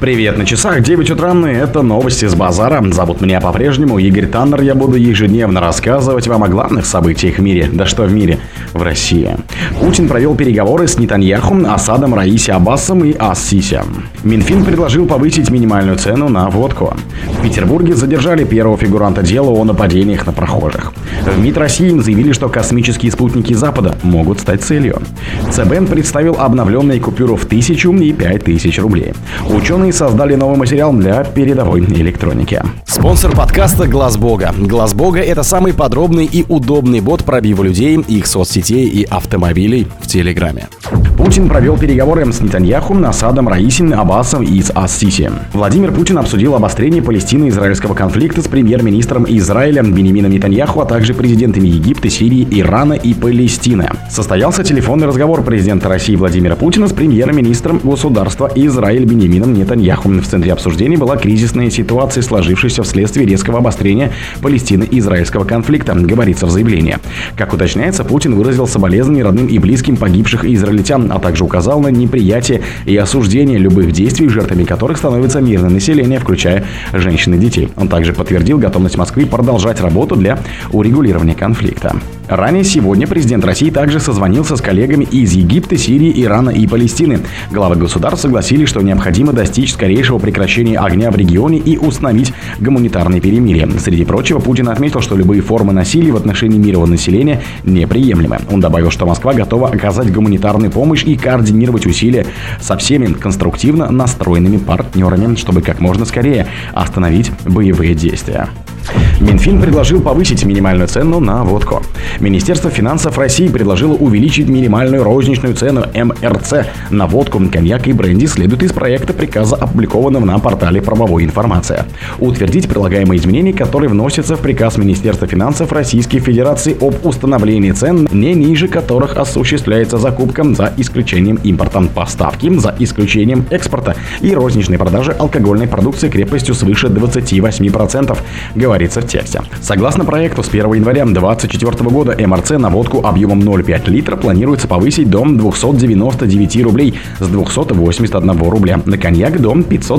Привет, на часах 9 утра, это новости с базара. Зовут меня по-прежнему Игорь Таннер. Я буду ежедневно рассказывать вам о главных событиях в мире. Да что в мире? В России. Путин провел переговоры с Нетаньяху, Асадом, Раиси Аббасом и ас-Сиси. Минфин предложил повысить минимальную цену на водку. В Петербурге задержали первого фигуранта дела о нападениях на прохожих. В МИД России заявили, что космические спутники Запада могут стать целью. ЦБ представил обновленные купюры в 1000 и 5000 рублей. Ученые создали новый материал для передовой электроники. Спонсор подкаста Глаз Бога. Глаз Бога — это самый подробный и удобный бот пробива людей, их соцсетей и автомобилей в Телеграме. Путин провел переговоры с Нетаньяху, Асадом, Раиси Аббасом и с ас-Сиси. Владимир Путин обсудил обострение палестино-израильского конфликта с премьер-министром Израиля Биньямином Нетаньяху, а также президентами Египта, Сирии, Ирана и Палестины. Состоялся телефонный разговор президента России Владимира Путина с премьер-министром государства Израиль Биньямином Нетаньяху. В центре обсуждений была кризисная ситуация, сложившаяся вследствие резкого обострения палестино-израильского конфликта, говорится в заявлении. Как уточняется, Путин выразил соболезнования родным и близким погибших израильтян, а также указал на неприятие и осуждение любых действий, жертвами которых становится мирное население, включая женщин и детей. Он также подтвердил готовность Москвы продолжать работу для урегулирования конфликта. Ранее сегодня президент России также созвонился с коллегами из Египта, Сирии, Ирана и Палестины. Главы государств согласились, что необходимо достичь скорейшего прекращения огня в регионе и установить гуманитарное перемирие. Среди прочего, Путин отметил, что любые формы насилия в отношении мирного населения неприемлемы. Он добавил, что Москва готова оказать гуманитарную помощь и координировать усилия со всеми конструктивно настроенными партнерами, чтобы как можно скорее остановить боевые действия. Минфин предложил повысить минимальную цену на водку. Министерство финансов России предложило увеличить минимальную розничную цену МРЦ на водку, коньяк и бренди, следует из проекта приказа, опубликованного на портале «Правовой информация». Утвердить прилагаемые изменения, которые вносятся в приказ Министерства финансов Российской Федерации об установлении цен, не ниже которых осуществляется закупка, за исключением импорта, поставки, за исключением экспорта и розничной продажи алкогольной продукции крепостью свыше 28%, говорится в тексте. Согласно проекту, с 1 января 2024 года МРЦ на водку объемом 0,5 литра планируется повысить до 299 рублей с 281 рубля, на коньяк до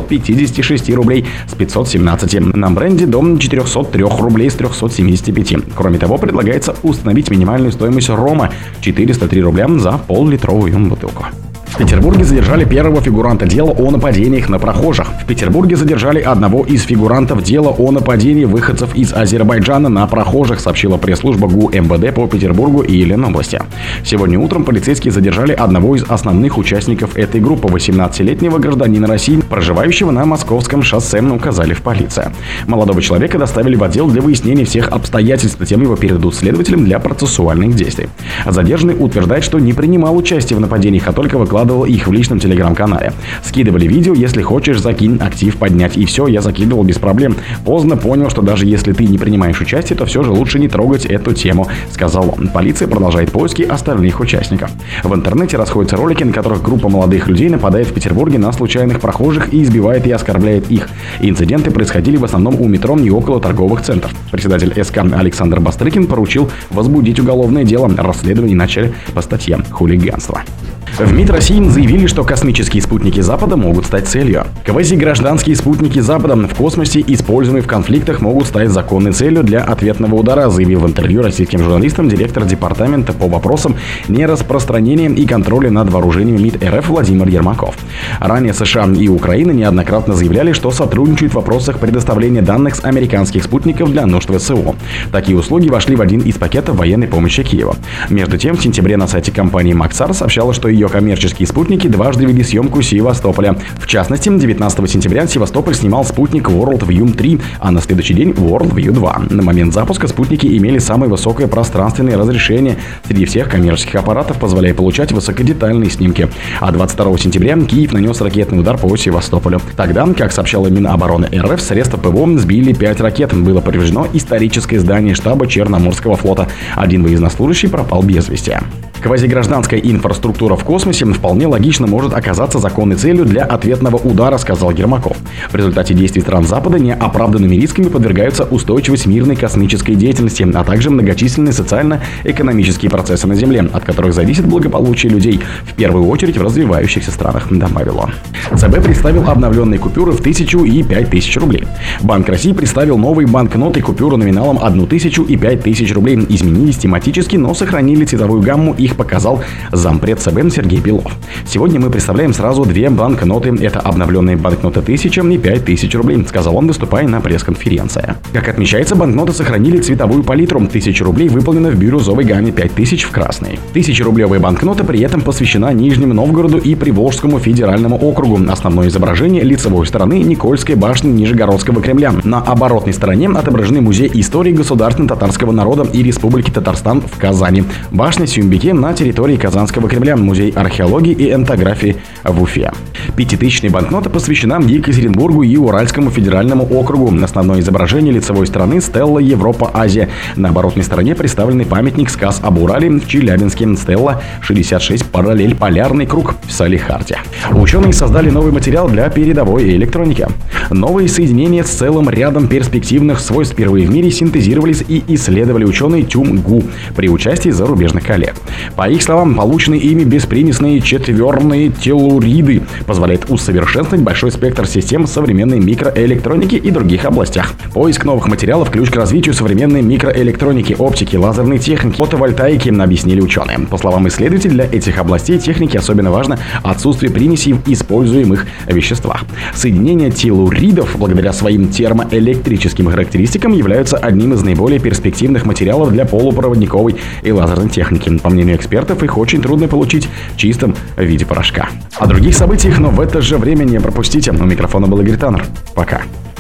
556 рублей с 517, на бренди до 403 рублей с 375. Кроме того, предлагается установить минимальную стоимость рома 403 рубля за пол-литровую бутылку. В Петербурге задержали первого фигуранта дела о нападениях на прохожих. В Петербурге задержали одного из фигурантов дела о нападении выходцев из Азербайджана на прохожих, сообщила пресс-служба ГУ МВД по Петербургу и Ленобласти. Сегодня утром полицейские задержали одного из основных участников этой группы, 18-летнего гражданина России, проживающего на Московском шоссе, указали в полиции. Молодого человека доставили в отдел для выяснения всех обстоятельств, затем его передадут следователям для процессуальных действий. Задержанный утверждает, что не принимал участия в нападениях, а только выкладывал их в личном телеграм-канале. Скидывали видео, если хочешь, закинь, актив поднять. И все, я закидывал без проблем. Поздно понял, что даже если ты не принимаешь участие, то все же лучше не трогать эту тему, сказал он. Полиция продолжает поиски остальных участников. В интернете расходятся ролики, на которых группа молодых людей нападает в Петербурге на случайных прохожих и избивает и оскорбляет их. Инциденты происходили в основном у метро и около торговых центров. Председатель СК Александр Бастрыкин поручил возбудить уголовное дело. Расследование начали по статье «Хулиганство». В МИД России заявили, что космические спутники Запада могут стать целью. Квазигражданские спутники Запада в космосе, используемые в конфликтах, могут стать законной целью для ответного удара, заявил в интервью российским журналистам директор департамента по вопросам нераспространения и контроля над вооружениями МИД РФ Владимир Ермаков. Ранее США и Украина неоднократно заявляли, что сотрудничают в вопросах предоставления данных с американских спутников для нужд ВСУ. Такие услуги вошли в один из пакетов военной помощи Киеву. Между тем, в сентябре на сайте компании Maxar сообщалось, что ее коммерческие спутники дважды вели съемку Севастополя. В частности, 19 сентября Севастополь снимал спутник WorldView 3, а на следующий день WorldView 2. На момент запуска спутники имели самое высокое пространственное разрешение среди всех коммерческих аппаратов, позволяя получать высокодетальные снимки. А 22 сентября Киев нанес ракетный удар по Севастополю. Тогда, как сообщала Минобороны РФ, средства ПВО сбили 5 ракет. Было повреждено историческое здание штаба Черноморского флота. Один военнослужащий пропал без вести. Квазигражданская инфраструктура в космосе вполне логично может оказаться законной целью для ответного удара, сказал Ермаков. В результате действий стран Запада неоправданными рисками подвергаются устойчивость мирной космической деятельности, а также многочисленные социально-экономические процессы на Земле, от которых зависит благополучие людей, в первую очередь в развивающихся странах, добавил он. ЦБ представил обновленные купюры в 1000 и 5000 рублей. Банк России представил новые банкноты и купюры номиналом 1000 и 5000 рублей. Изменились тематически, но сохранили цветовую гамму, их показал зампред ЦБ Сергей Белов. Сегодня мы представляем сразу две банкноты. Это обновленные банкноты 1000 и 5000 рублей, сказал он, выступая на пресс-конференции. Как отмечается, банкноты сохранили цветовую палитру. 1000 рублей выполнена в бирюзовой гамме, 5000 в красной. 1000-рублевая банкнота при этом посвящена Нижнему Новгороду и Приволжскому федеральному округу. Основное изображение лицевой стороны Никольской башни Нижегородского Кремля. На оборотной стороне отображены Музей истории государственно-татарского народа и Республики Татарстан в Казани, башня Сюмбике на территории Казанского Кремля, Музей археологии и энтографии в Уфе. 5000-я банкнота посвящена Екатеринбургу и Уральскому федеральному округу. Основное изображение лицевой стороны Стелла Европа-Азия. На оборотной стороне представленный памятник сказ об Урале в Челябинске. Стелла 66 параллель полярный круг в Салехарде. Ученые создали новый материал для передовой электроники. Новые соединения с целым рядом перспективных свойств впервые в мире синтезировались и исследовали ученые ТюМГУ при участии зарубежных коллег. По их словам, полученные ими беспримесные четверные теллуриды позволяют усовершенствовать большой спектр систем современной микроэлектроники и других областях. Поиск новых материалов – ключ к развитию современной микроэлектроники, оптики, лазерной техники, фотовольтаики, объяснили ученые. По словам исследователей, для этих областей техники особенно важно отсутствие примесей в используемых веществах. Соединения теллуридов, благодаря своим термоэлектрическим характеристикам, являются одним из наиболее перспективных материалов для полупроводниковой и лазерной техники. По мнению экспертов, их очень трудно получить в чистом виде порошка. О других событиях, но в это же время не пропустите. У микрофона был Игорь Таннер. Пока.